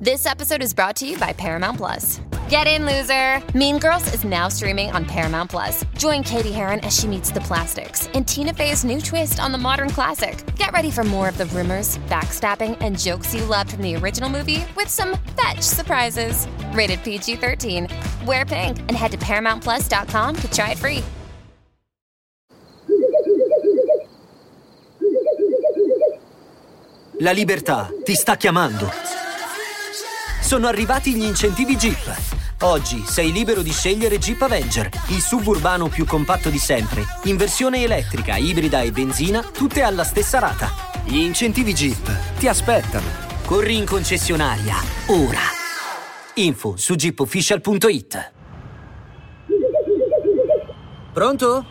This episode is brought to you by Paramount Plus. Get in, loser! Mean Girls is now streaming on Paramount Plus. Join Katie Heron as she meets the plastics in Tina Fey's new twist on the modern classic. Get ready for more of the rumors, backstabbing, and jokes you loved from the original movie with some fetch surprises. Rated PG-13. Wear pink and head to ParamountPlus.com to try it free. La libertà ti sta chiamando. Sono arrivati gli incentivi Jeep. Oggi sei libero di scegliere Jeep Avenger, il suburbano più compatto di sempre, in versione elettrica, ibrida e benzina, tutte alla stessa rata. Gli incentivi Jeep ti aspettano. Corri in concessionaria, ora. Info su jeepofficial.it. Pronto?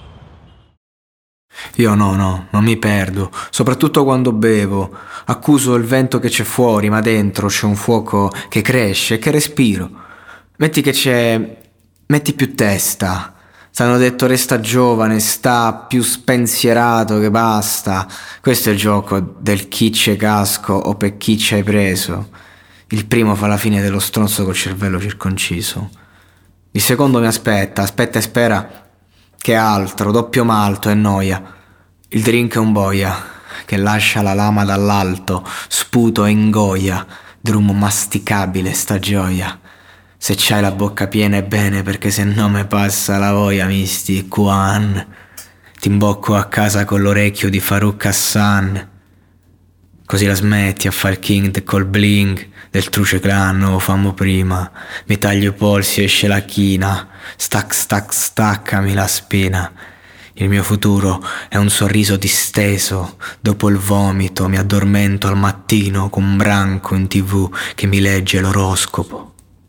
Io no, non mi perdo, soprattutto quando bevo. Accuso il vento che c'è fuori, ma dentro c'è un fuoco che cresce e che respiro. Metti più testa. T'hanno detto resta giovane, sta più spensierato che basta. Questo è il gioco del chi c'è casco o per chi ci hai preso. Il primo fa la fine dello stronzo col cervello circonciso. Il secondo mi aspetta e spera che altro, doppio malto e noia. Il drink è un boia che lascia la lama dall'alto, sputo e ingoia, drum masticabile sta gioia. Se c'hai la bocca piena è bene, perché se no me passa la voglia, misti Quan. Ti imbocco a casa con l'orecchio di Farouk Hassan. Così la smetti a far king col bling del Truce Clan, o fammo prima. Mi taglio i polsi, esce la china. Staccami la spina. Il mio futuro è un sorriso disteso. Dopo il vomito mi addormento al mattino con un branco in TV che mi legge l'oroscopo.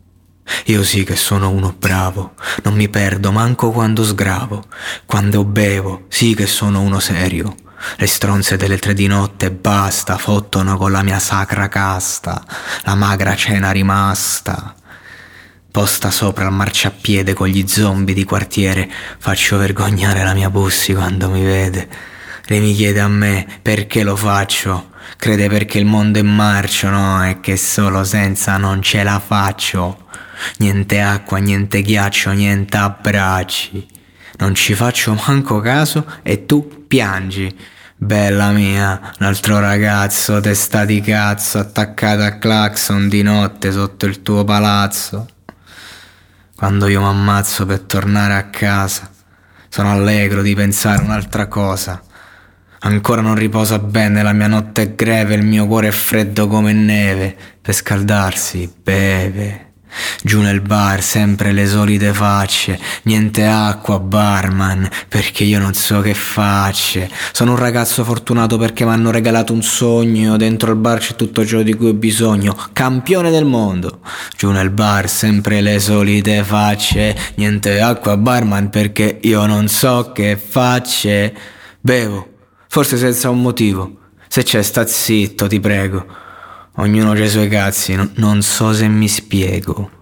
Io sì che sono uno bravo, non mi perdo manco quando sgravo. Quando bevo, sì che sono uno serio. Le stronze delle 3 di notte basta, fottono con la mia sacra casta la magra cena rimasta. Posta sopra il marciapiede con gli zombie di quartiere, faccio vergognare la mia Bussi quando mi vede. Lei mi chiede a me perché lo faccio, crede perché il mondo è marcio, no, è che solo senza non ce la faccio. Niente acqua, niente ghiaccio, niente abbracci. Non ci faccio manco caso e tu piangi. Bella mia, l'altro ragazzo, testa di cazzo, attaccata a clacson di notte sotto il tuo palazzo. Quando io m'ammazzo per tornare a casa, sono allegro di pensare un'altra cosa. Ancora non riposa bene, la mia notte è greve, il mio cuore è freddo come neve. Per scaldarsi beve. Giù nel bar sempre le solite facce, niente acqua barman, perché io non so che facce. Sono un ragazzo fortunato perché mi hanno regalato un sogno, dentro il bar c'è tutto ciò di cui ho bisogno, campione del mondo. Giù nel bar sempre le solite facce, niente acqua barman perché io non so che facce. Bevo, forse senza un motivo, se c'è sta zitto ti prego. Ognuno c'ha i suoi cazzi, non so se mi spiego.